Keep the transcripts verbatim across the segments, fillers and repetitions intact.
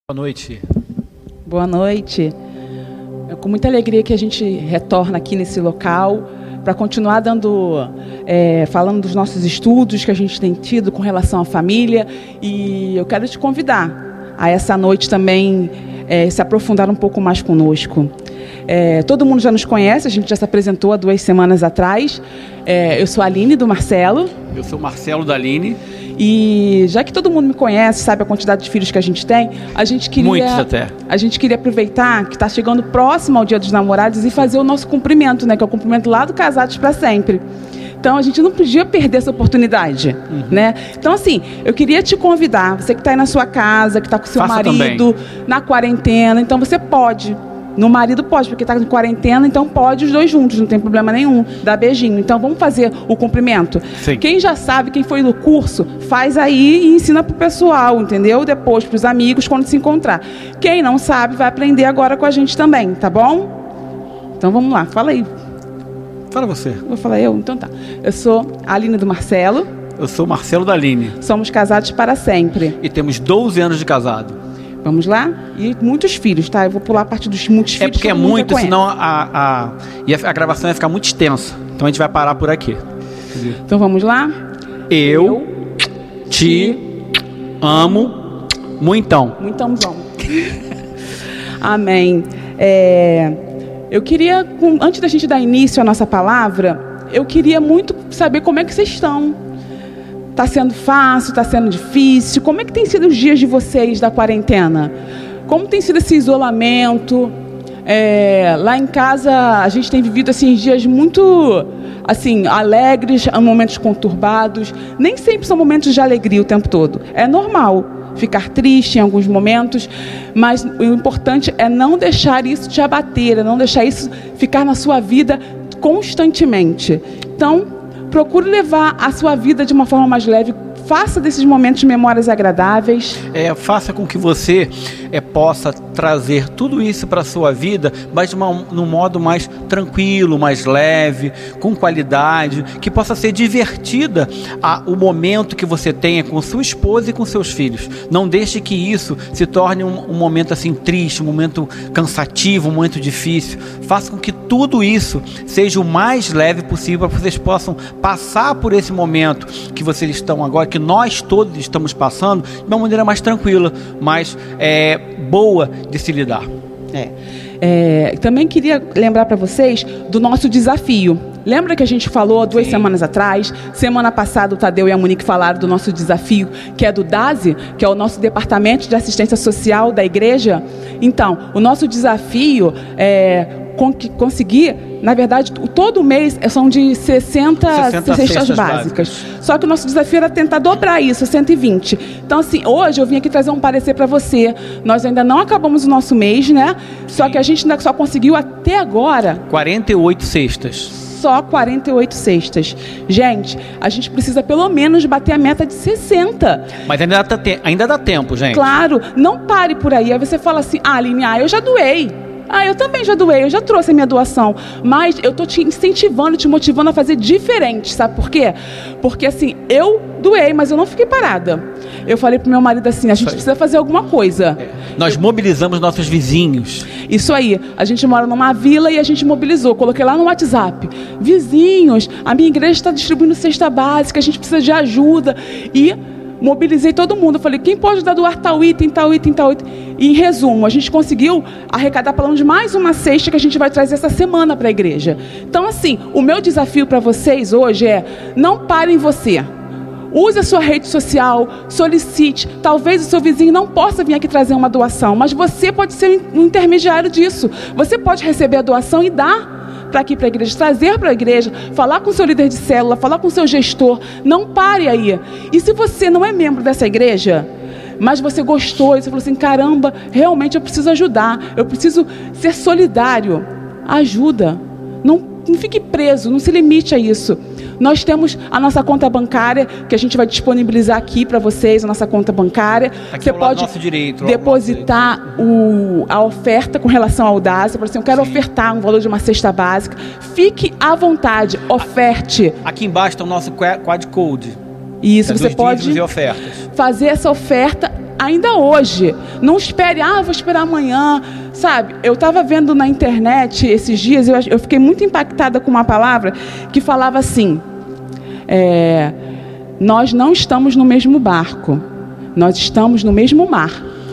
Boa noite. Boa noite. É com muita alegria que a gente retorna aqui nesse local para continuar dando, é, falando dos nossos estudos que a gente tem tido com relação à família. E eu quero te convidar a essa noite também é, se aprofundar um pouco mais conosco. É, todo mundo já nos conhece, a gente já se apresentou há duas semanas atrás. É, eu sou a Aline do Marcelo. Eu sou o Marcelo da Aline. E já que todo mundo me conhece, sabe a quantidade de filhos que a gente tem, a gente queria, Muitos até. A gente queria aproveitar que está chegando próximo ao Dia dos Namorados e fazer o nosso cumprimento, né? Que é o cumprimento lá do Casados para Sempre. Então a gente não podia perder essa oportunidade, uhum. né? Então assim, eu queria te convidar, você que está aí na sua casa, que está com seu Faça marido, também. na quarentena, então você pode. No marido pode, porque está em quarentena, então pode os dois juntos, não tem problema nenhum, dá beijinho. Então vamos fazer o cumprimento? Sim. Quem já sabe, quem foi no curso, faz aí e ensina pro pessoal, entendeu? Depois pros amigos, quando se encontrar. Quem não sabe, vai aprender agora com a gente também, tá bom? Então vamos lá, fala aí. Fala você. Vou falar eu? Então tá. Eu sou a Aline do Marcelo. Eu sou o Marcelo da Aline. Somos casados para sempre. E temos doze anos de casado. Vamos lá? E muitos filhos, tá? Eu vou pular a parte dos muitos filhos. É porque é muito, senão a, a, a, a gravação ia ficar muito extensa. Então a gente vai parar por aqui. Então vamos lá? Eu, Eu te amo muitão. Muitãozão. Amém. É, eu queria, antes da gente dar início à nossa palavra, eu queria muito saber como é que vocês estão. Está sendo fácil? Está sendo difícil? Como é que tem sido os dias de vocês da quarentena? Como tem sido esse isolamento? É, lá em casa a gente tem vivido assim, dias muito assim, alegres, momentos conturbados. Nem sempre são momentos de alegria o tempo todo. É normal ficar triste em alguns momentos, mas o importante é não deixar isso te abater, é não deixar isso ficar na sua vida constantemente. Então, procure levar a sua vida de uma forma mais leve. Faça desses momentos memórias agradáveis. É, faça com que você é, possa trazer tudo isso para a sua vida, mas de uma, num modo mais tranquilo, mais leve, com qualidade, que possa ser divertida a, o momento que você tenha com sua esposa e com seus filhos. Não deixe que isso se torne um, um momento assim triste, um momento cansativo, um momento difícil. Faça com que tudo isso seja o mais leve possível para que vocês possam passar por esse momento que vocês estão agora, que nós todos estamos passando, de uma maneira mais tranquila, mais é, boa de se lidar. É. É, também queria lembrar para vocês do nosso desafio. Lembra que a gente falou duas Sim. semanas atrás? Semana passada o Tadeu e a Monique falaram do nosso desafio, que é do D A S E, que é o nosso Departamento de Assistência Social da Igreja. Então, o nosso desafio é conseguir, na verdade, todo mês são de sessenta, sessenta cestas básicas. básicas. Só que o nosso desafio era tentar dobrar isso, cento e vinte. Então, assim, hoje eu vim aqui trazer um parecer para você. Nós ainda não acabamos o nosso mês, né? Sim. Só que a gente ainda só conseguiu até agora quarenta e oito cestas. Só quarenta e oito cestas. Gente, a gente precisa pelo menos bater a meta de sessenta. Mas ainda dá, ainda dá tempo, gente. Claro, não pare por aí. Aí você fala assim, ah, Aline, ah, eu já doei. Ah, eu também já doei, eu já trouxe a minha doação. Mas eu estou te incentivando, te motivando a fazer diferente, sabe por quê? Porque assim, eu doei, mas eu não fiquei parada. Eu falei pro meu marido assim, a gente precisa fazer alguma coisa. É. Nós mobilizamos nossos vizinhos. Isso aí, a gente mora numa vila e a gente mobilizou, coloquei lá no WhatsApp. Vizinhos, a minha igreja está distribuindo cesta básica, a gente precisa de ajuda. E mobilizei todo mundo. Eu falei, quem pode dar doar tal item, tal item, tal item. E, em resumo, a gente conseguiu arrecadar pelo menos mais uma cesta que a gente vai trazer essa semana para a igreja. Então, assim, o meu desafio para vocês hoje é, não parem você. Use a sua rede social, solicite. Talvez o seu vizinho não possa vir aqui trazer uma doação, mas você pode ser um intermediário disso. Você pode receber a doação e dar para aqui para a igreja, trazer para a igreja, falar com o seu líder de célula, falar com o seu gestor. Não pare aí. E se você não é membro dessa igreja, mas você gostou, e você falou assim, caramba, realmente eu preciso ajudar, eu preciso ser solidário. Ajuda. Não, não fique preso, não se limite a isso. Nós temos a nossa conta bancária, que a gente vai disponibilizar aqui para vocês, a nossa conta bancária. Aqui você pode nosso direito, depositar o, a oferta com relação ao D A S E. Por exemplo, eu quero Sim. ofertar um valor de uma cesta básica. Fique à vontade, oferte. Aqui embaixo está o nosso Quad Code. Isso, você pode e ofertas. fazer essa oferta ainda hoje. Não espere, ah, vou esperar amanhã, sabe? Eu estava vendo na internet esses dias, eu, eu fiquei muito impactada com uma palavra que falava assim, é, nós não estamos no mesmo barco, nós estamos no mesmo mar.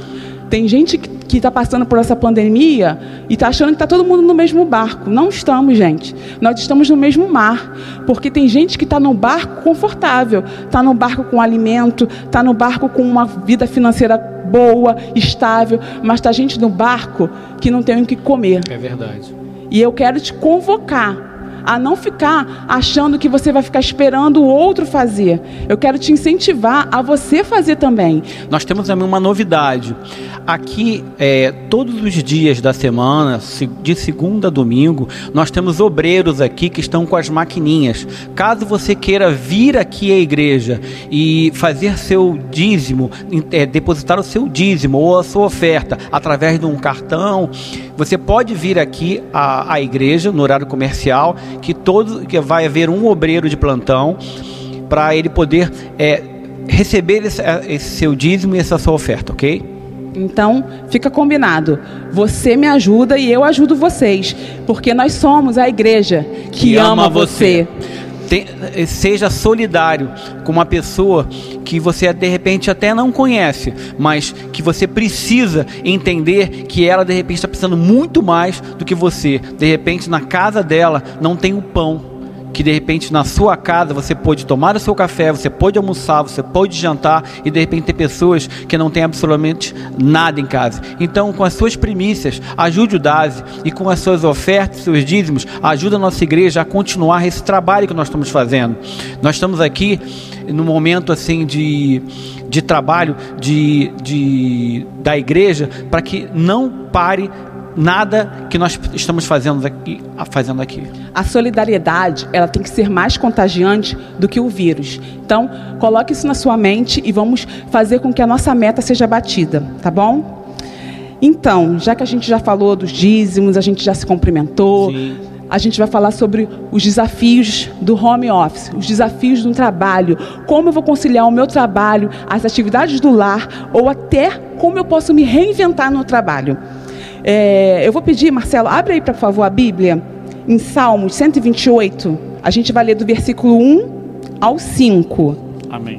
Tem gente que que está passando por essa pandemia e está achando que está todo mundo no mesmo barco. Não estamos, gente. Nós estamos no mesmo mar, porque tem gente que está no barco confortável, está no barco com alimento, está no barco com uma vida financeira boa, estável, mas está gente no barco que não tem o que comer. É verdade. E eu quero te convocar a não ficar achando que você vai ficar esperando o outro fazer. Eu quero te incentivar a você fazer também. Nós temos também uma novidade. Aqui, é, todos os dias da semana, de segunda a domingo, nós temos obreiros aqui que estão com as maquininhas. Caso você queira vir aqui à igreja e fazer seu dízimo, é, depositar o seu dízimo ou a sua oferta através de um cartão, você pode vir aqui à, à igreja no horário comercial, que, todo, que vai haver um obreiro de plantão para ele poder é, receber esse, esse seu dízimo e essa sua oferta, ok? Então, fica combinado. Você me ajuda e eu ajudo vocês, porque nós somos a igreja que, que ama, ama você. Tem, seja solidário com uma pessoa que você de repente até não conhece, mas que você precisa entender que ela de repente está precisando muito mais do que você. De repente na casa dela não tem o pão, que de repente na sua casa você pode tomar o seu café, você pode almoçar, você pode jantar, e de repente tem pessoas que não têm absolutamente nada em casa. Então, com as suas primícias, ajude o Daze, e com as suas ofertas, seus dízimos, ajuda a nossa igreja a continuar esse trabalho que nós estamos fazendo. Nós estamos aqui no momento assim de, de trabalho de, de, da igreja, para que não pare nada que nós estamos fazendo aqui, fazendo aqui. A solidariedade, ela tem que ser mais contagiante do que o vírus. Então, coloque isso na sua mente e vamos fazer com que a nossa meta seja batida, tá bom? Então, já que a gente já falou dos dízimos, a gente já se cumprimentou, sim, a gente vai falar sobre os desafios do home office, os desafios do trabalho, como eu vou conciliar o meu trabalho, as atividades do lar, ou até como eu posso me reinventar no trabalho. É, eu vou pedir, Marcelo, abre aí, por favor, a Bíblia, em Salmos cento e vinte e oito. A gente vai ler do versículo um ao cinco. Amém.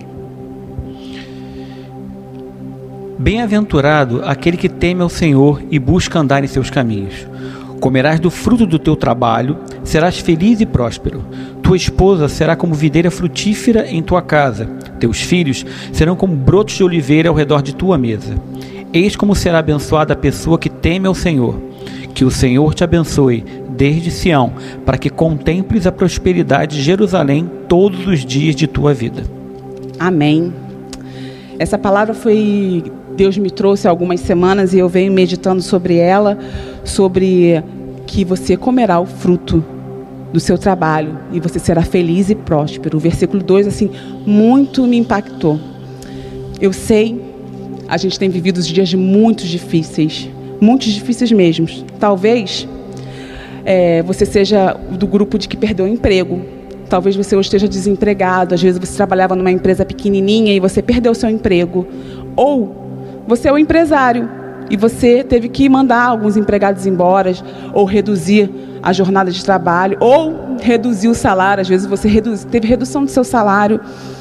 Bem-aventurado aquele que teme ao Senhor e busca andar em seus caminhos. Comerás do fruto do teu trabalho, serás feliz e próspero. Tua esposa será como videira frutífera em tua casa. Teus filhos serão como brotos de oliveira ao redor de tua mesa. Eis como será abençoada a pessoa que teme ao Senhor. Que o Senhor te abençoe desde Sião, para que contemples a prosperidade de Jerusalém todos os dias de tua vida. Amém. Essa palavra foi... Deus me trouxe há algumas semanas e eu venho meditando sobre ela, sobre que você comerá o fruto do seu trabalho e você será feliz e próspero. O versículo dois, assim, muito me impactou. Eu sei... A gente tem vivido os dias muito difíceis, muito difíceis mesmo. Talvez é, você seja do grupo de que perdeu o emprego. Talvez você hoje esteja desempregado. Às vezes você trabalhava numa empresa pequenininha e você perdeu o seu emprego. Ou você é o empresário e você teve que mandar alguns empregados embora, ou reduzir a jornada de trabalho, ou reduzir o salário. Às vezes você reduz, teve redução do seu salário.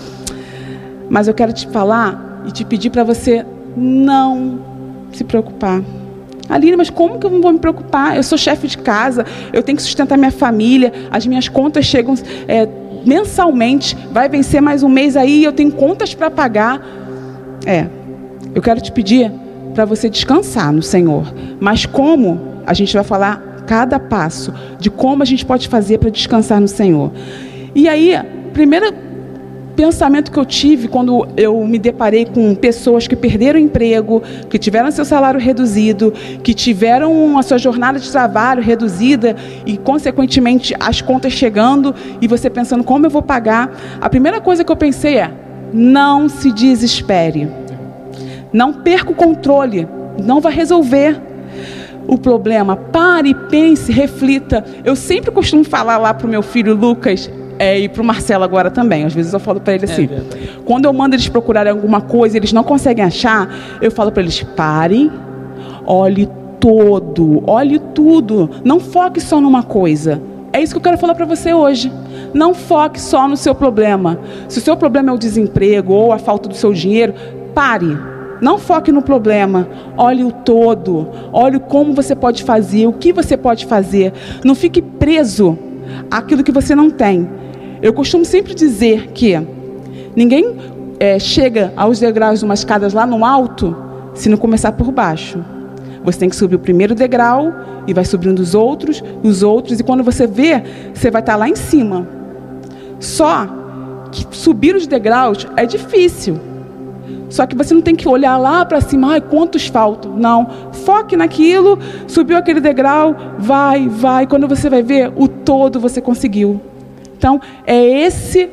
Mas eu quero te falar e te pedir para você não se preocupar. Aline, mas como que eu não vou me preocupar? Eu sou chefe de casa, eu tenho que sustentar minha família, as minhas contas chegam é, mensalmente, vai vencer mais um mês aí, eu tenho contas para pagar. É, eu quero te pedir para você descansar no Senhor. Mas como? A gente vai falar cada passo de como a gente pode fazer para descansar no Senhor. E aí, primeiro pensamento que eu tive quando eu me deparei com pessoas que perderam o emprego, que tiveram seu salário reduzido, que tiveram a sua jornada de trabalho reduzida e, consequentemente, as contas chegando e você pensando como eu vou pagar. A primeira coisa que eu pensei é: não se desespere. Não perca o controle. Não vai resolver o problema. Pare, pense, reflita. Eu sempre costumo falar lá para o meu filho Lucas, É, e para o Marcelo agora também. Às vezes eu falo para ele assim, É quando eu mando eles procurarem alguma coisa e eles não conseguem achar, eu falo para eles, parem, olhe todo, olhe tudo, não foque só numa coisa. É isso que eu quero falar para você hoje. Não foque só no seu problema. Se o seu problema é o desemprego ou a falta do seu dinheiro, pare. Não foque no problema. Olhe o todo. Olhe como você pode fazer, o que você pode fazer. Não fique preso àquilo que você não tem. Eu costumo sempre dizer que ninguém é, chega aos degraus de uma escada lá no alto se não começar por baixo. Você tem que subir o primeiro degrau e vai subindo os outros, os outros, e quando você vê, você vai estar lá em cima. Só que subir os degraus é difícil. Só que você não tem que olhar lá para cima, ai, quantos faltam. Não, foque naquilo, subiu aquele degrau, vai, vai. Quando você vai ver, o todo você conseguiu. Então, é esse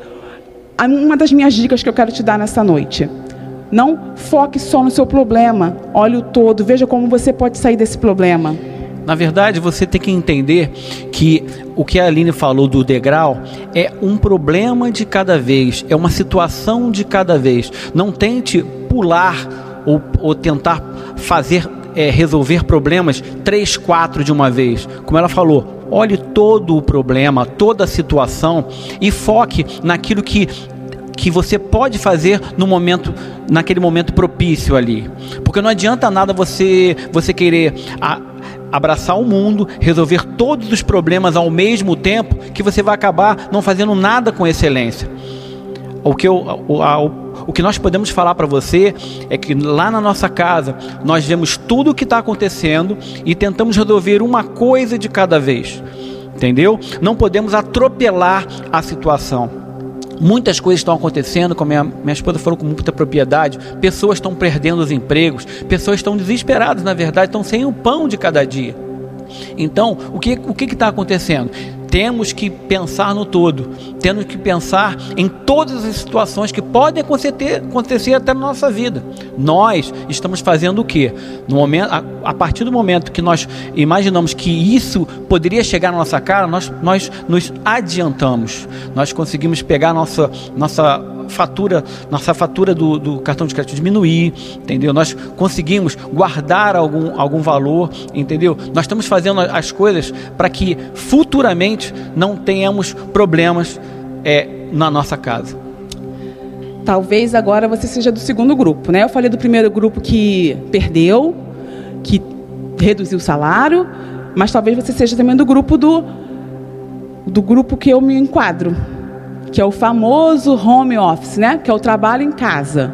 uma das minhas dicas que eu quero te dar nessa noite. Não foque só no seu problema, olhe o todo, veja como você pode sair desse problema. Na verdade, você tem que entender que o que a Aline falou do degrau é um problema de cada vez, é uma situação de cada vez. Não tente pular ou, ou tentar fazer, é, resolver problemas três, quatro de uma vez. Como ela falou, olhe todo o problema, toda a situação e foque naquilo que que você pode fazer no momento, naquele momento propício ali. Porque não adianta nada você, você querer a, abraçar o mundo, resolver todos os problemas ao mesmo tempo, que você vai acabar não fazendo nada com excelência. O que, eu, o, a, o, o que nós podemos falar para você é que lá na nossa casa nós vemos tudo o que está acontecendo e tentamos resolver uma coisa de cada vez. Entendeu? Não podemos atropelar a situação. Muitas coisas estão acontecendo, como minha, minha esposa falou com muita propriedade, pessoas estão perdendo os empregos, pessoas estão desesperadas, na verdade, estão sem o pão de cada dia. Então, o que o que está acontecendo? Temos que pensar no todo, temos que pensar em todas as situações que podem acontecer, acontecer até na nossa vida. Nós estamos fazendo o quê? No momento, a, a partir do momento que nós imaginamos que isso poderia chegar na nossa cara, nós, nós nos adiantamos. Nós conseguimos pegar nossa, nossa fatura, nossa fatura do, do cartão de crédito diminuir, entendeu? Nós conseguimos guardar algum, algum valor, entendeu? Nós estamos fazendo as coisas para que futuramente não tenhamos problemas é, na nossa casa. Talvez agora você seja do segundo grupo, né? Eu falei do primeiro grupo que perdeu, que reduziu o salário, mas talvez você seja também do grupo do, do grupo que eu me enquadro, que é o famoso home office, né? Que é o trabalho em casa.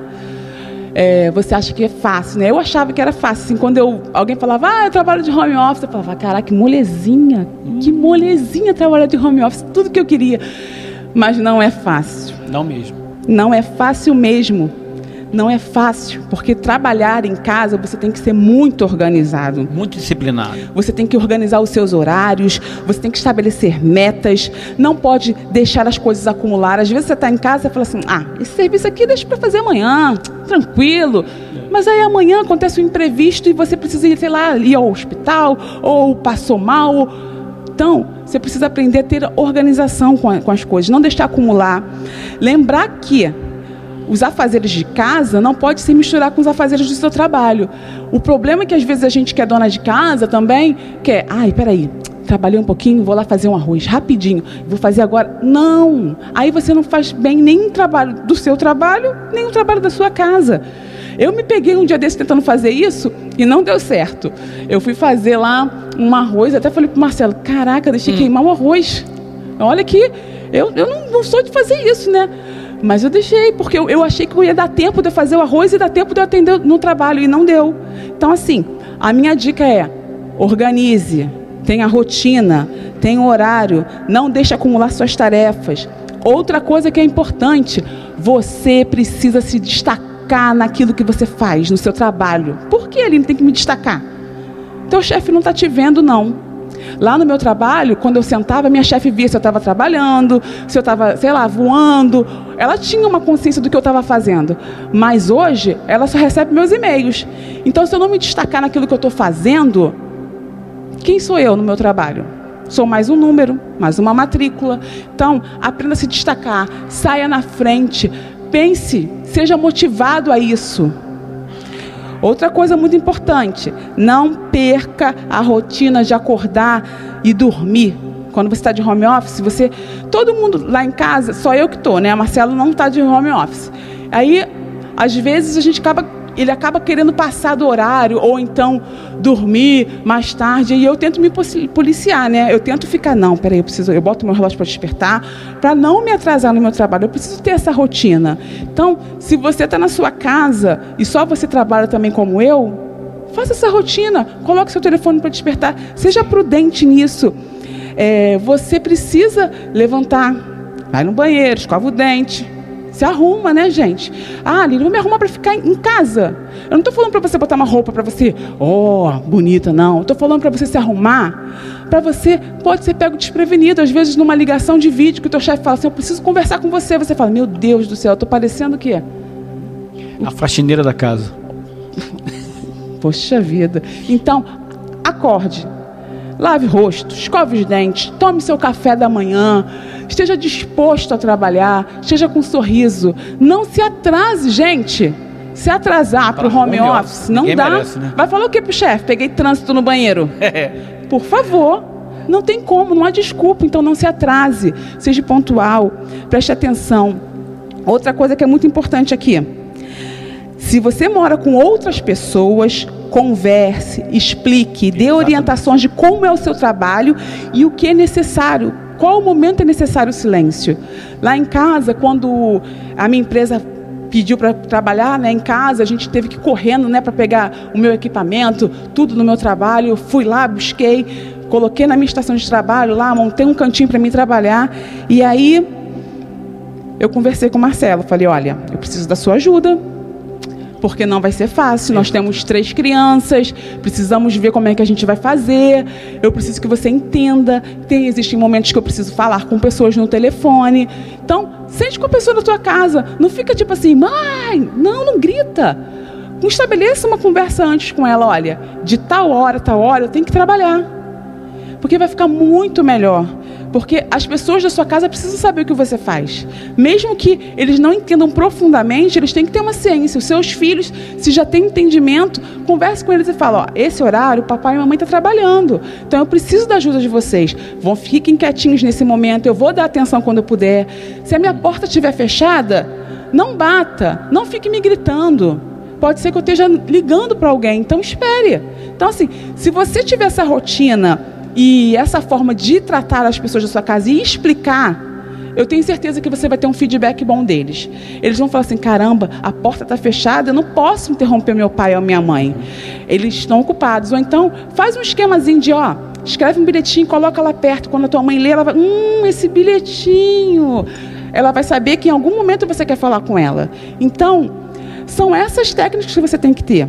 É, você acha que é fácil, né? Eu achava que era fácil. Assim, quando eu, alguém falava, ah, eu trabalho de home office, eu falava, caraca, que molezinha, que molezinha trabalhar de home office, tudo que eu queria. Mas não é fácil. Não mesmo. Não é fácil mesmo. Não é fácil, porque trabalhar em casa você tem que ser muito organizado. Muito disciplinado. Você tem que organizar os seus horários, você tem que estabelecer metas, não pode deixar as coisas acumular. Às vezes você está em casa e fala assim, ah, esse serviço aqui deixa para fazer amanhã, tranquilo. Mas aí amanhã acontece um imprevisto e você precisa ir, sei lá, ir ao hospital, ou passou mal. Então, você precisa aprender a ter organização com, a, com as coisas, não deixar acumular. Lembrar que os afazeres de casa não pode se misturar com os afazeres do seu trabalho. O problema é que às vezes a gente que é dona de casa também quer, ai, peraí, trabalhei um pouquinho, vou lá fazer um arroz rapidinho, vou fazer agora. Não! Aí você não faz bem nem o trabalho do seu trabalho, nem o trabalho da sua casa. Eu me peguei um dia desse tentando fazer isso e não deu certo. Eu fui fazer lá um arroz, até falei pro Marcelo, caraca, deixei hum. queimar o arroz. Olha que eu, eu não, não sou de fazer isso, né? Mas eu deixei, porque eu, eu achei que eu ia dar tempo de eu fazer o arroz e dar tempo de eu atender no trabalho, e não deu. Então, assim, a minha dica é, organize, tenha rotina, tenha horário, não deixe acumular suas tarefas. Outra coisa que é importante, você precisa se destacar naquilo que você faz, no seu trabalho. Por que ele tem que me destacar? Teu chefe não está te vendo, não. Lá no meu trabalho, quando eu sentava, minha chefe via se eu estava trabalhando, se eu estava, sei lá, voando. Ela tinha uma consciência do que eu estava fazendo. Mas hoje, ela só recebe meus e-mails. Então, se eu não me destacar naquilo que eu estou fazendo, quem sou eu no meu trabalho? Sou mais um número, mais uma matrícula. Então, aprenda a se destacar, saia na frente, pense, seja motivado a isso. Outra coisa muito importante, não perca a rotina de acordar e dormir. Quando você está de home office, você, todo mundo lá em casa, só eu que estou, né? A Marcelo não está de home office. Aí, às vezes, a gente acaba, ele acaba querendo passar do horário, ou então dormir mais tarde, e eu tento me policiar, né? Eu tento ficar, não, peraí, eu preciso, eu boto meu relógio para despertar, para não me atrasar no meu trabalho, eu preciso ter essa rotina. Então, se você está na sua casa, e só você trabalha também como eu, faça essa rotina, coloque seu telefone para despertar, seja prudente nisso. É, você precisa levantar, vai no banheiro, escova o dente, se arruma, né, gente? Ah, Aline, vou me arrumar para ficar em casa. Eu não estou falando para você botar uma roupa para você, oh, bonita, não. Estou falando para você se arrumar, para você, pode ser pego desprevenido. Às vezes, numa ligação de vídeo, que o teu chefe fala assim, eu preciso conversar com você. Você fala, meu Deus do céu, eu estou parecendo o quê? A faxineira da casa. Poxa vida. Então, acorde. Lave o rosto, escove os dentes, tome seu café da manhã, esteja disposto a trabalhar, esteja com um sorriso. Não se atrase, gente. Se atrasar para o home, home office, office não dá. Merece, né? Vai falar o que pro chefe? Peguei trânsito no banheiro. Por favor, não tem como, não há desculpa. Então não se atrase, seja pontual, preste atenção. Outra coisa que é muito importante aqui. Se você mora com outras pessoas, converse, explique, dê orientações de como é o seu trabalho e o que é necessário, qual momento é necessário o silêncio. Lá em casa, quando a minha empresa pediu para trabalhar, né, em casa, a gente teve que ir correndo, né, para pegar o meu equipamento, tudo no meu trabalho. Eu fui lá, busquei, coloquei na minha estação de trabalho lá, montei um cantinho para mim trabalhar. E aí eu conversei com o Marcelo, falei, olha, eu preciso da sua ajuda, porque não vai ser fácil, nós temos três crianças, precisamos ver como é que a gente vai fazer, eu preciso que você entenda, tem, existem momentos que eu preciso falar com pessoas no telefone, então, sente com a pessoa na tua casa, não fica tipo assim, mãe, não, não grita, estabeleça uma conversa antes com ela, olha, de tal hora, tal hora, eu tenho que trabalhar, porque vai ficar muito melhor. Porque as pessoas da sua casa precisam saber o que você faz. Mesmo que eles não entendam profundamente, eles têm que ter uma ciência. Os seus filhos, se já têm entendimento, converse com eles e fala, ó, esse horário, o papai e a mamãe estão trabalhando. Então eu preciso da ajuda de vocês. Vão, fiquem quietinhos nesse momento, eu vou dar atenção quando eu puder. Se a minha porta estiver fechada, não bata, não fique me gritando. Pode ser que eu esteja ligando para alguém, então espere. Então assim, se você tiver essa rotina e essa forma de tratar as pessoas da sua casa e explicar, eu tenho certeza que você vai ter um feedback bom deles. Eles vão falar assim, caramba, a porta está fechada, eu não posso interromper meu pai ou minha mãe. Eles estão ocupados. Ou então, faz um esquemazinho de, ó, escreve um bilhetinho, coloca lá perto. Quando a tua mãe lê, ela vai, hum, esse bilhetinho. Ela vai saber que em algum momento você quer falar com ela. Então, são essas técnicas que você tem que ter.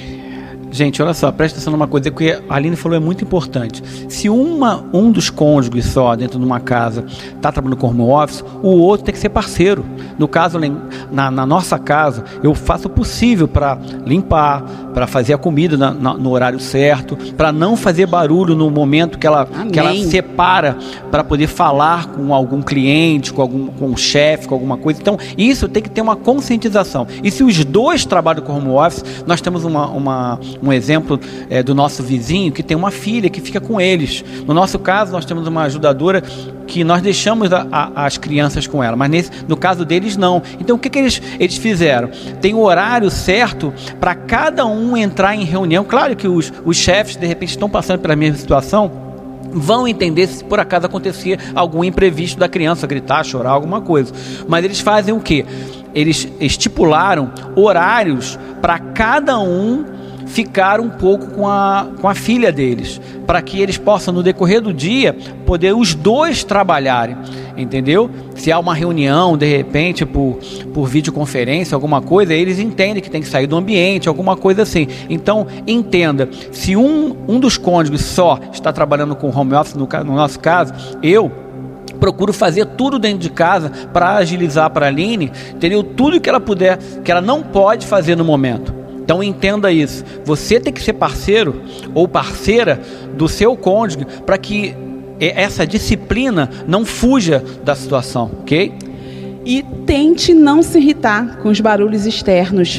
Gente, olha só, presta atenção numa coisa que a Aline falou, é muito importante. Se uma, um dos cônjuges só dentro de uma casa está trabalhando com home office, o outro tem que ser parceiro. No caso, na, na nossa casa, eu faço o possível para limpar, para fazer a comida na, na, no horário certo, para não fazer barulho no momento que ela, que ela separa para poder falar com algum cliente, com algum com um chefe, com alguma coisa. Então, isso tem que ter uma conscientização. E se os dois trabalham com home office, nós temos uma... uma um exemplo é, do nosso vizinho que tem uma filha que fica com eles. No nosso caso, nós temos uma ajudadora que nós deixamos a, a, as crianças com ela, mas nesse, no caso deles não. Então o que, que eles, eles fizeram? Tem o horário certo para cada um entrar em reunião. Claro que os, os chefes de repente estão passando pela mesma situação, vão entender se por acaso acontecer algum imprevisto da criança, gritar, chorar, alguma coisa. Mas eles fazem o quê? Eles estipularam horários para cada um ficar um pouco com a, com a filha deles, para que eles possam, no decorrer do dia, poder os dois trabalharem, entendeu? Se há uma reunião, de repente, por, por videoconferência, alguma coisa, eles entendem que tem que sair do ambiente, alguma coisa assim. Então, entenda, se um, um dos cônjuges só está trabalhando com home office, no, no nosso caso, eu procuro fazer tudo dentro de casa para agilizar para a Aline, entendeu? Tudo que ela puder, que ela não pode fazer no momento. Então entenda isso, você tem que ser parceiro ou parceira do seu cônjuge para que essa disciplina não fuja da situação, ok? E tente não se irritar com os barulhos externos.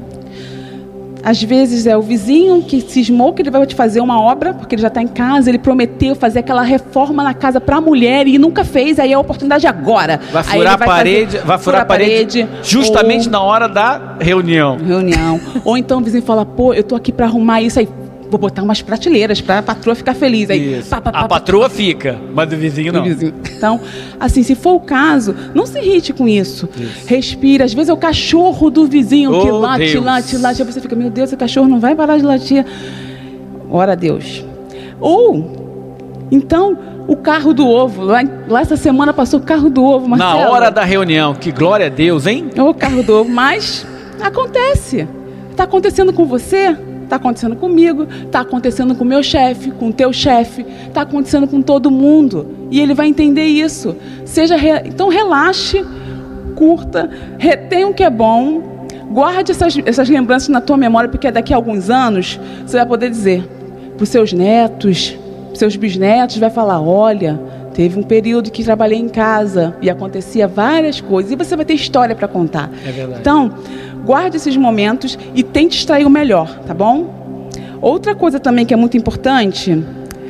Às vezes é o vizinho que cismou que ele vai te fazer uma obra, porque ele já está em casa, ele prometeu fazer aquela reforma na casa para a mulher e nunca fez, aí é a oportunidade agora. Vai furar vai a parede, fazer, vai furar a parede, parede justamente ou, na hora da reunião. Reunião. Ou então o vizinho fala, pô, eu tô aqui para arrumar isso aí. Vou botar umas prateleiras para a patroa ficar feliz. Aí, pá, pá, pá, a patroa pá, fica, mas o vizinho não. Vizinho. Então, assim, se for o caso, não se irrite com isso. isso. Respira. Às vezes é o cachorro do vizinho oh, que late, Deus. late, late. Aí você fica, meu Deus, esse cachorro não vai parar de latir. Ora a Deus. Ou, então, o carro do ovo. Lá, lá essa semana passou o carro do ovo, Marcelo. Na hora da reunião. Que glória a Deus, hein? O carro do ovo. Mas acontece. Está acontecendo com você? Está acontecendo comigo, está acontecendo com o meu chefe, com o teu chefe, está acontecendo com todo mundo. E ele vai entender isso. Seja re... Então relaxe, curta, retenha o que é bom, guarde essas, essas lembranças na tua memória, porque daqui a alguns anos você vai poder dizer para os seus netos, seus bisnetos, vai falar, olha, teve um período que trabalhei em casa e acontecia várias coisas, e você vai ter história para contar. É verdade. Então, guarde esses momentos e tente extrair o melhor, tá bom? Outra coisa também que é muito importante,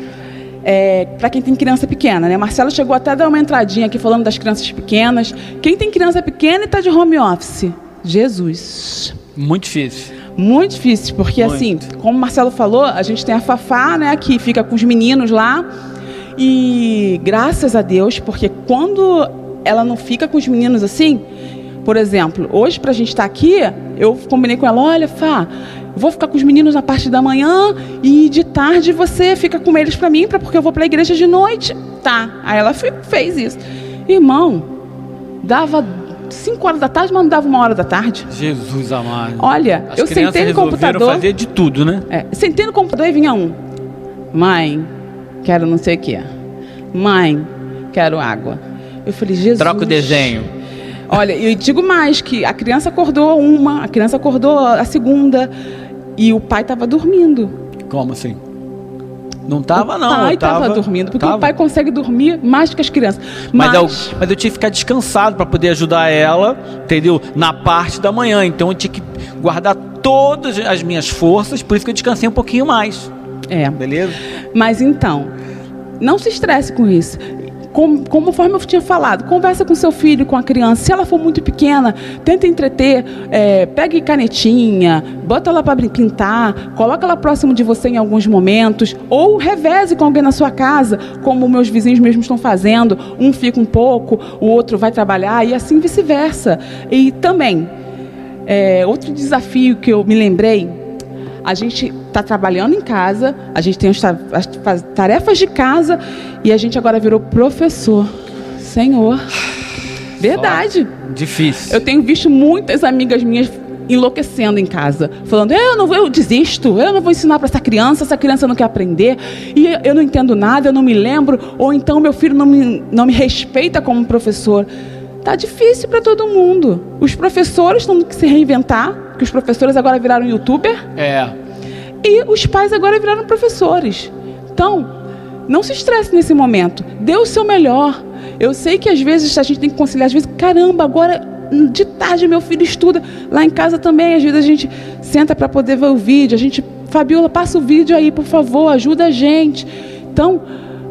é, para quem tem criança pequena, né? Marcelo chegou até a dar uma entradinha aqui falando das crianças pequenas. Quem tem criança pequena e está de home office? Jesus. Muito difícil. Muito difícil, porque muito. assim, como o Marcelo falou, a gente tem a Fafá, né, que fica com os meninos lá, e graças a Deus, porque quando ela não fica com os meninos assim, por exemplo, hoje para a gente estar aqui, eu combinei com ela, olha, Fá, eu vou ficar com os meninos na parte da manhã e de tarde você fica com eles para mim, pra, porque eu vou para a igreja de noite. Tá, aí ela fez isso. Irmão, dava cinco horas da tarde, mas não dava uma hora da tarde. Jesus amado. Olha, As eu sentei no computador. fazer de tudo, né? É, sentei no computador e vinha um. Mãe, quero não sei o que. Mãe, quero água. Eu falei, Jesus. Troca o desenho. Olha, eu digo mais, que a criança acordou uma, a criança acordou a segunda, e o pai estava dormindo. Como assim? Não estava, não. O pai estava dormindo, porque tava. o pai consegue dormir mais que as crianças. Mas, mas, eu, mas eu tive que ficar descansado para poder ajudar ela, entendeu? Na parte da manhã. Então eu tinha que guardar todas as minhas forças, por isso que eu descansei um pouquinho mais. É. Beleza? Mas então, não se estresse com isso. Como, conforme eu tinha falado, conversa com seu filho, com a criança. Se ela for muito pequena, tenta entreter, é, pegue canetinha, bota ela para pintar, coloca ela próximo de você em alguns momentos, ou reveze com alguém na sua casa, como meus vizinhos mesmo estão fazendo. Um fica um pouco, o outro vai trabalhar, e assim vice-versa. E também, é, outro desafio que eu me lembrei, a gente está trabalhando em casa, a gente tem as tarefas de casa e a gente agora virou professor. Senhor, verdade. Só difícil. Eu tenho visto muitas amigas minhas enlouquecendo em casa, falando, eu não vou, eu desisto, eu não vou ensinar para essa criança, essa criança não quer aprender, e eu não entendo nada, eu não me lembro, ou então meu filho não me, não me respeita como professor. Tá difícil para todo mundo. Os professores têm que se reinventar, porque os professores agora viraram youtuber. É. E os pais agora viraram professores. Então, não se estresse nesse momento. Dê o seu melhor. Eu sei que às vezes a gente tem que conciliar. Às vezes, caramba, agora de tarde meu filho estuda. Lá em casa também, às vezes a gente senta para poder ver o vídeo. A gente, Fabiola, passa o vídeo aí, por favor, ajuda a gente. Então,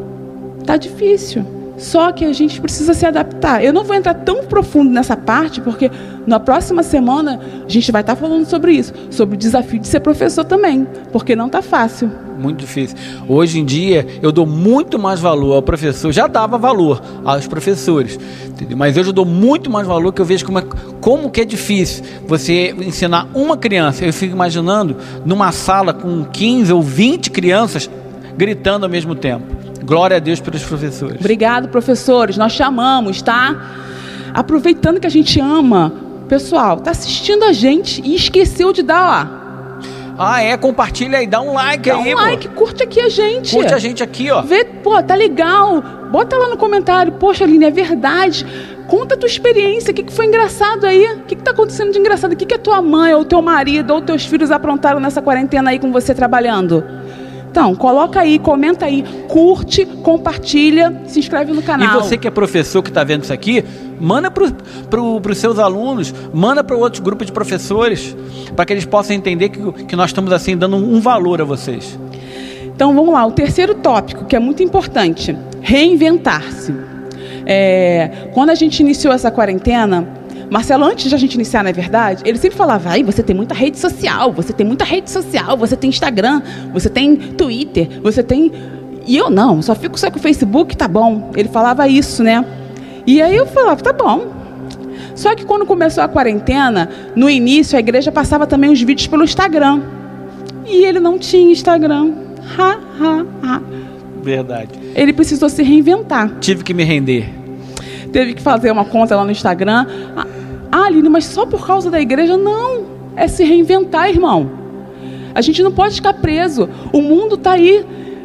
tá difícil. Só que a gente precisa se adaptar. Eu não vou entrar tão profundo nessa parte, porque na próxima semana a gente vai estar falando sobre isso, sobre o desafio de ser professor também, porque não está fácil. Muito difícil. Hoje em dia, eu dou muito mais valor ao professor. Já dava valor aos professores, entendeu? Mas hoje eu dou muito mais valor, que eu vejo como, é, como que é difícil você ensinar uma criança. Eu fico imaginando numa sala com quinze ou vinte crianças gritando ao mesmo tempo. Glória a Deus pelos professores. Obrigado, professores. Nós chamamos, tá? Aproveitando que a gente ama, pessoal, tá assistindo a gente e esqueceu de dar lá. Ah, é? Compartilha aí, dá um like dá aí, um like, pô. Curte aqui a gente. Curte a gente aqui, ó. Vê, pô, tá legal. Bota lá no comentário. Poxa, Aline, é verdade. Conta a tua experiência. O que, que foi engraçado aí? O que, que tá acontecendo de engraçado? O que, que a tua mãe, ou teu marido, ou teus filhos aprontaram nessa quarentena aí com você trabalhando? Então, coloca aí, comenta aí, curte, compartilha, se inscreve no canal. E você que é professor que está vendo isso aqui, manda para pro, os seus alunos, manda para outros grupos de professores, para que eles possam entender que, que nós estamos assim dando um valor a vocês. Então vamos lá, o terceiro tópico, que é muito importante, reinventar-se. É, quando a gente iniciou essa quarentena, Marcelo, antes de a gente iniciar, na verdade, ele sempre falava, ai, você tem muita rede social, você tem muita rede social, você tem Instagram, você tem Twitter, você tem... E eu não, só fico só com o Facebook, tá bom. Ele falava isso, né? E aí eu falava, tá bom. Só que quando começou a quarentena, no início a igreja passava também os vídeos pelo Instagram. E ele não tinha Instagram. Ha, ha, ha. Verdade. Ele precisou se reinventar. Tive que me render. Teve que fazer uma conta lá no Instagram. Ah, Aline, mas só por causa da igreja? Não. É se reinventar, irmão. A gente não pode ficar preso. O mundo está aí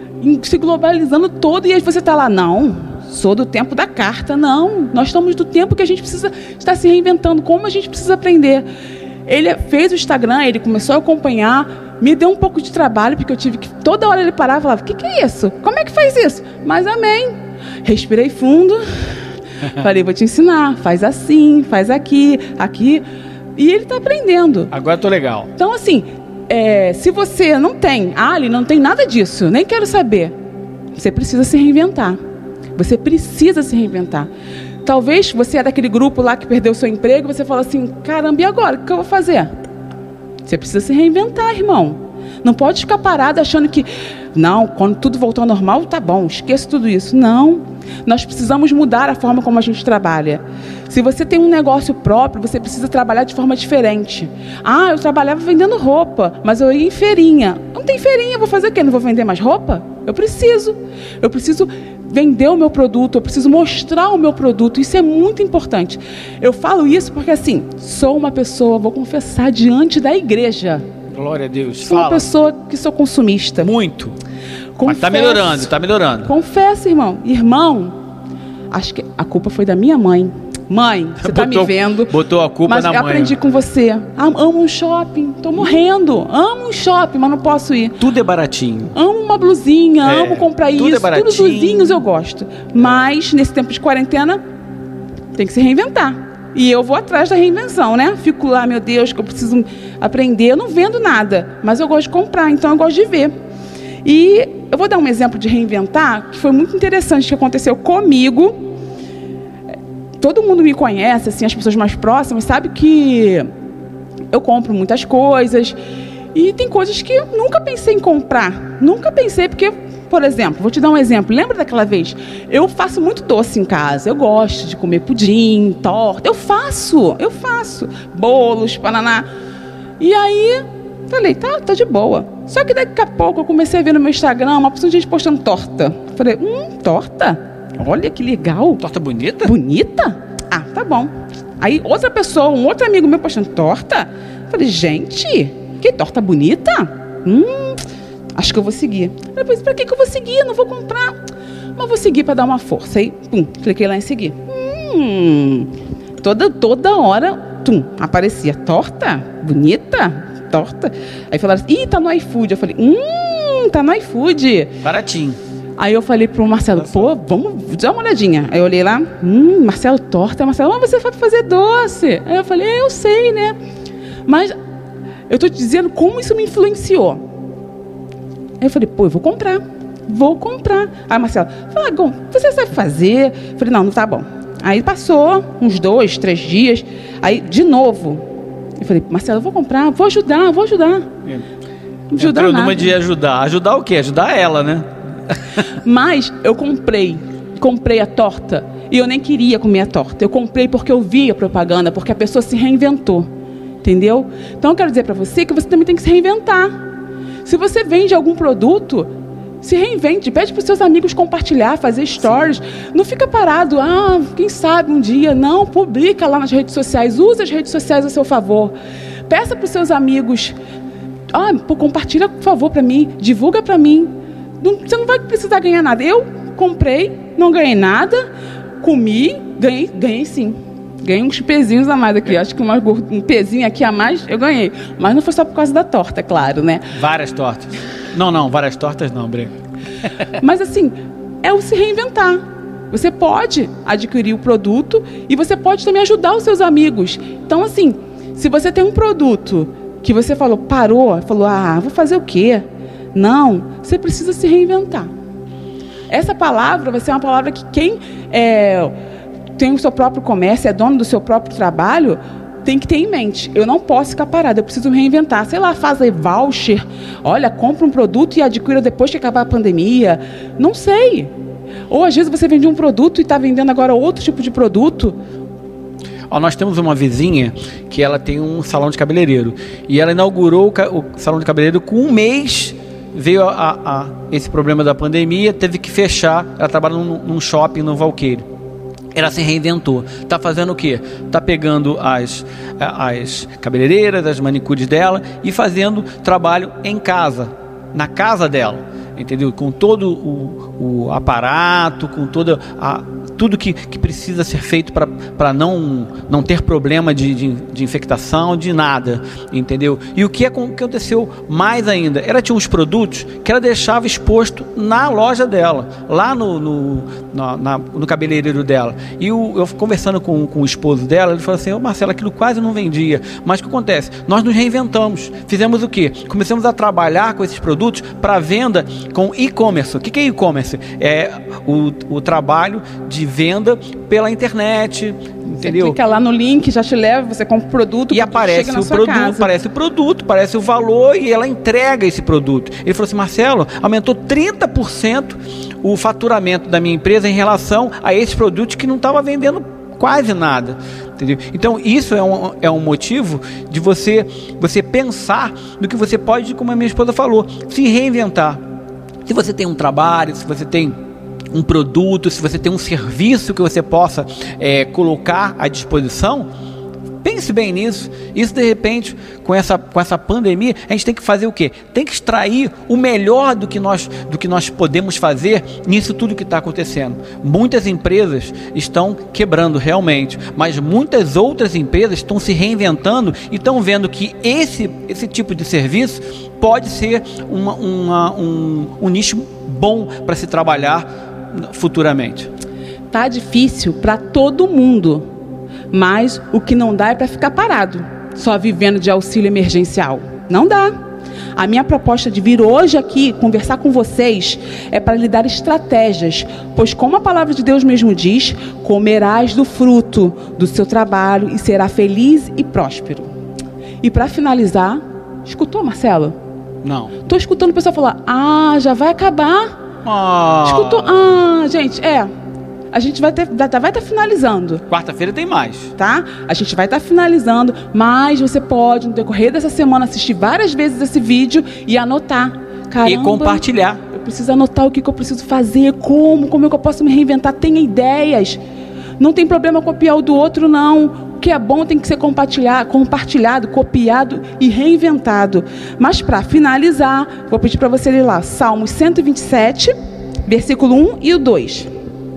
se globalizando todo e aí você está lá. Não, sou do tempo da carta. Não, nós estamos do tempo que a gente precisa estar se reinventando. Como a gente precisa aprender. Ele fez o Instagram, ele começou a acompanhar, me deu um pouco de trabalho, porque eu tive que... Toda hora ele parava e falava, o que, que é isso? Como é que faz isso? Mas amém. Respirei fundo, falei, vou te ensinar, faz assim, faz aqui, aqui. E ele está aprendendo. Agora estou legal. Então, assim, é, se você não tem, Ali, não tem nada disso, nem quero saber, você precisa se reinventar. Você precisa se reinventar. Talvez você é daquele grupo lá que perdeu o seu emprego, você fala assim, caramba, e agora? O que eu vou fazer? Você precisa se reinventar, irmão. Não pode ficar parado achando que, não, quando tudo voltar ao normal, tá bom, esqueça tudo isso. Não, nós precisamos mudar a forma como a gente trabalha. Se você tem um negócio próprio, você precisa trabalhar de forma diferente. Ah, eu trabalhava vendendo roupa, mas eu ia em feirinha. Não tem feirinha, eu vou fazer o quê? Não vou vender mais roupa? Eu preciso. Eu preciso vender o meu produto, eu preciso mostrar o meu produto. Isso é muito importante. Eu falo isso porque, assim, sou uma pessoa, vou confessar diante da igreja. Glória a Deus. Sou Fala. uma pessoa que sou consumista. Muito. Confesso, Mas tá melhorando, tá melhorando. Confesso, irmão. Irmão, acho que a culpa foi da minha mãe. Mãe, você tá me vendo. Botou a culpa mas na eu mãe. Mas aprendi com você. Amo um shopping, tô morrendo. Amo um shopping, mas não posso ir. Tudo é baratinho. Amo uma blusinha, É, amo comprar tudo isso. é baratinho. Tudo blusinhos eu gosto. Mas, nesse tempo de quarentena, tem que se reinventar. E eu vou atrás da reinvenção, né? Fico lá, meu Deus, que eu preciso aprender. Eu não vendo nada, mas eu gosto de comprar, então eu gosto de ver. E eu vou dar um exemplo de reinventar, que foi muito interessante, que aconteceu comigo. Todo mundo me conhece, assim, as pessoas mais próximas, sabe que eu compro muitas coisas. E tem coisas que eu nunca pensei em comprar. Nunca pensei, porque... Por exemplo, vou te dar um exemplo. Lembra daquela vez? Eu faço muito doce em casa. Eu gosto de comer pudim, torta. Eu faço, eu faço. Bolos, pananá. E aí, falei, tá, tá de boa. Só que daqui a pouco eu comecei a ver no meu Instagram uma pessoa de gente postando torta. Falei, hum, torta? Olha que legal. Torta bonita? Bonita? Ah, tá bom. Aí outra pessoa, um outro amigo meu postando torta. Falei, gente, que torta bonita? Hum... Acho que eu vou seguir. Depois, pra que, que eu vou seguir? Eu não vou comprar. Mas vou seguir para dar uma força. Aí, pum, cliquei lá em seguir. Hum, toda, toda hora, tum, aparecia. Torta? Bonita? Torta? Aí falaram assim, ih, tá no iFood. Eu falei, hum, tá no iFood. Baratinho. Aí eu falei pro Marcelo, pô, vamos dar uma olhadinha. Aí eu olhei lá, hum, Marcelo, torta. Marcelo, mas você vai fazer doce. Aí eu falei, é, eu sei, né? Mas eu tô te dizendo como isso me influenciou. Aí eu falei, pô, eu vou comprar, vou comprar. Aí Marcelo, falou, ah, você sabe fazer? Eu falei, não, não tá bom. Aí passou uns dois, três dias, aí de novo. Eu falei, Marcelo, eu vou comprar, vou ajudar, vou ajudar. É. Não ajudar Entrou nada. numa de ajudar. Ajudar o quê? Ajudar ela, né? Mas eu comprei, comprei a torta e eu nem queria comer a torta. Eu comprei porque eu vi a propaganda, porque a pessoa se reinventou, entendeu? Então eu quero dizer para você que você também tem que se reinventar. Se você vende algum produto, se reinvente, pede para os seus amigos compartilhar, fazer stories. Sim. Não fica parado, ah, quem sabe um dia. Não, publica lá nas redes sociais, use as redes sociais a seu favor. Peça para os seus amigos, ah, pô, compartilha, por favor, para mim, divulga para mim. Não, você não vai precisar ganhar nada. Eu comprei, não ganhei nada, comi, ganhei, ganhei sim. Ganhei uns pezinhos a mais aqui. Acho que uma, um pezinho aqui a mais eu ganhei. Mas não foi só por causa da torta, claro, né? Várias tortas. Não, não, várias tortas não, Breno. Mas assim, é o se reinventar. Você pode adquirir o produto e você pode também ajudar os seus amigos. Então assim, se você tem um produto que você falou, parou, falou, ah, vou fazer o quê? Não, você precisa se reinventar. Essa palavra vai ser uma palavra que quem é, tem o seu próprio comércio, é dono do seu próprio trabalho, tem que ter em mente. Eu não posso ficar parado, eu preciso me reinventar. Sei lá, faz aí voucher, olha, compra um produto e adquira depois que acabar a pandemia. Não sei. Ou às vezes você vende um produto e está vendendo agora outro tipo de produto. Ó, nós temos uma vizinha que ela tem um salão de cabeleireiro. E ela inaugurou o, ca o salão de cabeleireiro com um mês. Veio a, a, a esse problema da pandemia, teve que fechar. Ela trabalha num, num shopping no Valqueire. Ela se reinventou. Está fazendo o quê? Está pegando as, as cabeleireiras, as manicures dela e fazendo trabalho em casa, na casa dela, entendeu? Com todo o, o aparato, com toda a, tudo que, que precisa ser feito para não, não ter problema de, de, de infectação, de nada, entendeu? E o que aconteceu mais ainda? Ela tinha uns produtos que ela deixava exposto na loja dela, lá no, no, na, na, no cabeleireiro dela. E o, eu conversando com, com o esposo dela, ele falou assim, ô Marcelo, aquilo quase não vendia. Mas o que acontece? Nós nos reinventamos. Fizemos o quê? Começamos a trabalhar com esses produtos para venda com e-commerce. O que, que é e-commerce? É o, o trabalho de venda pela internet, entendeu? Você clica lá no link, já te leva, você compra o produto e aparece o produto, casa. aparece o produto, aparece o valor e ela entrega esse produto. Ele falou assim, Marcelo, aumentou trinta por cento o faturamento da minha empresa em relação a esses produtos que não estava vendendo quase nada, entendeu? Então isso é um, é um motivo de você, você pensar no que você pode, como a minha esposa falou, se reinventar. Se você tem um trabalho, se você tem um produto, se você tem um serviço que você possa é, colocar à disposição, pense bem nisso. Isso de repente, com essa, com essa pandemia, a gente tem que fazer o quê? Tem que extrair o melhor do que nós, do que nós podemos fazer nisso tudo que está acontecendo. Muitas empresas estão quebrando realmente, mas muitas outras empresas estão se reinventando e estão vendo que esse, esse tipo de serviço pode ser uma, uma, um, um nicho bom para se trabalhar futuramente. Tá difícil para todo mundo, mas o que não dá é para ficar parado, só vivendo de auxílio emergencial. Não dá. A minha proposta de vir hoje aqui conversar com vocês é para lhe dar estratégias, pois como a palavra de Deus mesmo diz, comerás do fruto do seu trabalho e será feliz e próspero. E para finalizar, escutou, Marcelo? Não. Estou escutando o pessoal falar, ah, já vai acabar. Ah. Escutou? Ah, gente, é. A gente vai ter, vai estar tá finalizando. Quarta-feira tem mais. Tá? A gente vai estar tá finalizando, mas você pode, no decorrer dessa semana, assistir várias vezes esse vídeo e anotar. Caramba, e compartilhar. Eu preciso anotar o que, que eu preciso fazer, como, como é que eu posso me reinventar. Tenha ideias. Não tem problema copiar o do outro, não. O que é bom tem que ser compartilhado, compartilhado, copiado e reinventado. Mas para finalizar, vou pedir para você ler lá Salmos cento e vinte e sete, versículo um e o dois.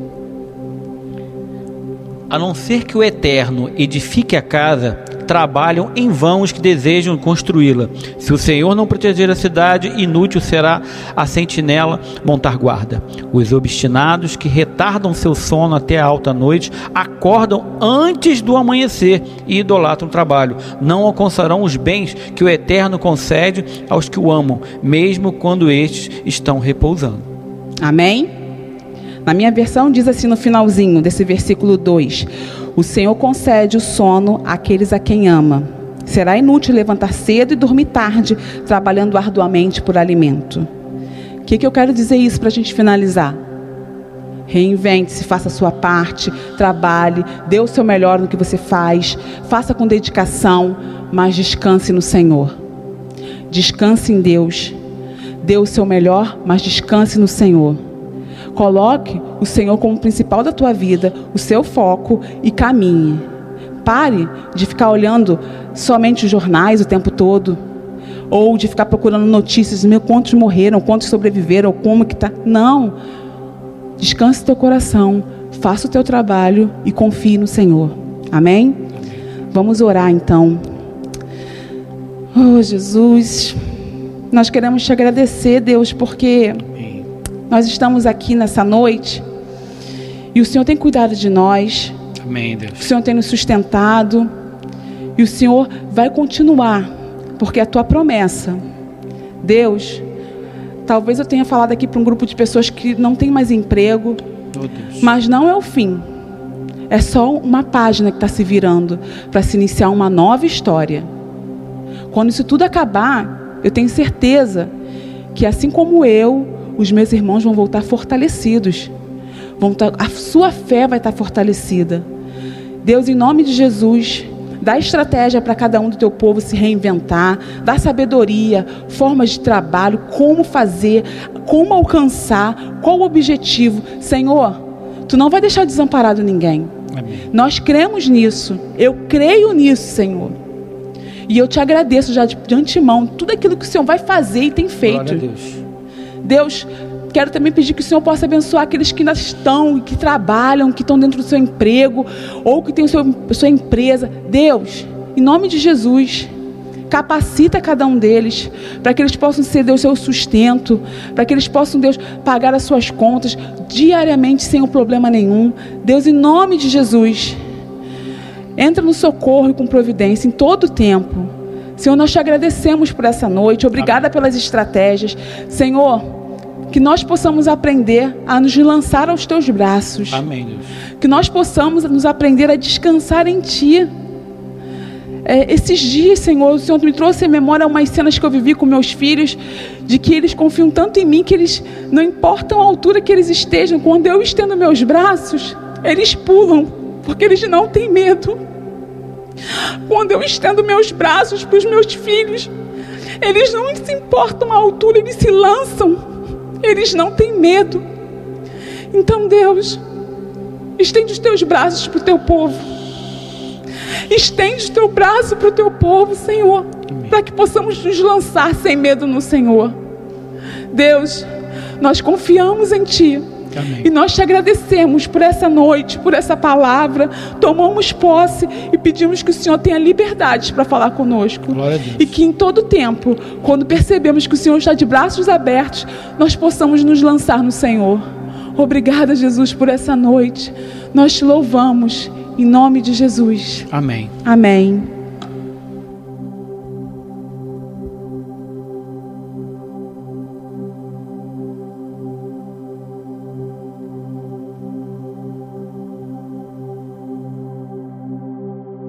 A não ser que o Eterno edifique a casa, trabalham em vão os que desejam construí-la. Se o Senhor não proteger a cidade, inútil será a sentinela montar guarda. Os obstinados que retardam seu sono até a alta noite, acordam antes do amanhecer e idolatram o trabalho. Não alcançarão os bens que o Eterno concede aos que o amam, mesmo quando estes estão repousando. Amém? Na minha versão diz assim no finalzinho desse versículo dois: o Senhor concede o sono àqueles a quem ama. Será inútil levantar cedo e dormir tarde, trabalhando arduamente por alimento. O que, que eu quero dizer isso para a gente finalizar? Reinvente-se, faça a sua parte, trabalhe, dê o seu melhor no que você faz, faça com dedicação, mas descanse no Senhor. Descanse em Deus. Dê o seu melhor, mas descanse no Senhor. Coloque o Senhor como principal da tua vida, o seu foco, e caminhe. Pare de ficar olhando somente os jornais o tempo todo, ou de ficar procurando notícias, meu, quantos morreram, quantos sobreviveram, como que tá. Não. Descanse teu coração, faça o teu trabalho e confie no Senhor. Amém? Vamos orar então. Oh, Jesus. Nós queremos te agradecer, Deus, porque Amém. nós estamos aqui nessa noite e o Senhor tem cuidado de nós. Amém, Deus. O Senhor tem nos sustentado e o Senhor vai continuar, porque é a tua promessa. Deus, talvez eu tenha falado aqui para um grupo de pessoas que não tem mais emprego, Oh, Deus. mas não é o fim. É só uma página que está se virando para se iniciar uma nova história. Quando isso tudo acabar, eu tenho certeza que assim como eu, os meus irmãos vão voltar fortalecidos. Vão tá, a sua fé vai estar fortalecida. Deus, em nome de Jesus, dá estratégia para cada um do teu povo se reinventar, dá sabedoria, formas de trabalho, como fazer, como alcançar, qual o objetivo. Senhor, tu não vai deixar desamparado ninguém. Amém. Nós cremos nisso, eu creio nisso, Senhor. E eu te agradeço já de, de antemão, tudo aquilo que o Senhor vai fazer e tem feito. Glória a Deus. Deus, quero também pedir que o Senhor possa abençoar aqueles que ainda estão, que trabalham, que estão dentro do seu emprego, ou que têm o seu, a sua empresa. Deus, em nome de Jesus, capacita cada um deles, para que eles possam ser, Deus, seu sustento, para que eles possam, Deus, pagar as suas contas diariamente sem um problema nenhum. Deus, em nome de Jesus, entra no socorro e com providência em todo o tempo. Senhor, nós te agradecemos por essa noite. Obrigada Amém. Pelas estratégias. Senhor, que nós possamos aprender a nos lançar aos teus braços. Amém, Deus. Que nós possamos nos aprender a descansar em ti. É, esses dias, Senhor, o Senhor me trouxe à memória umas cenas que eu vivi com meus filhos, de que eles confiam tanto em mim, que eles, não importam a altura que eles estejam, quando eu estendo meus braços, eles pulam, porque eles não têm medo. Quando eu estendo meus braços para os meus filhos, eles não se importam a altura, eles se lançam, eles não têm medo. Então, Deus, estende os teus braços para o teu povo, estende o teu braço para o teu povo, Senhor, para que possamos nos lançar sem medo no Senhor. Deus, nós confiamos em Ti. Amém. E nós te agradecemos por essa noite, por essa palavra. Tomamos posse e pedimos que o Senhor tenha liberdade para falar conosco. Glória a Deus. E que em todo tempo, quando percebemos que o Senhor está de braços abertos, nós possamos nos lançar no Senhor. Obrigada, Jesus, por essa noite. Nós te louvamos em nome de Jesus. Amém. Amém.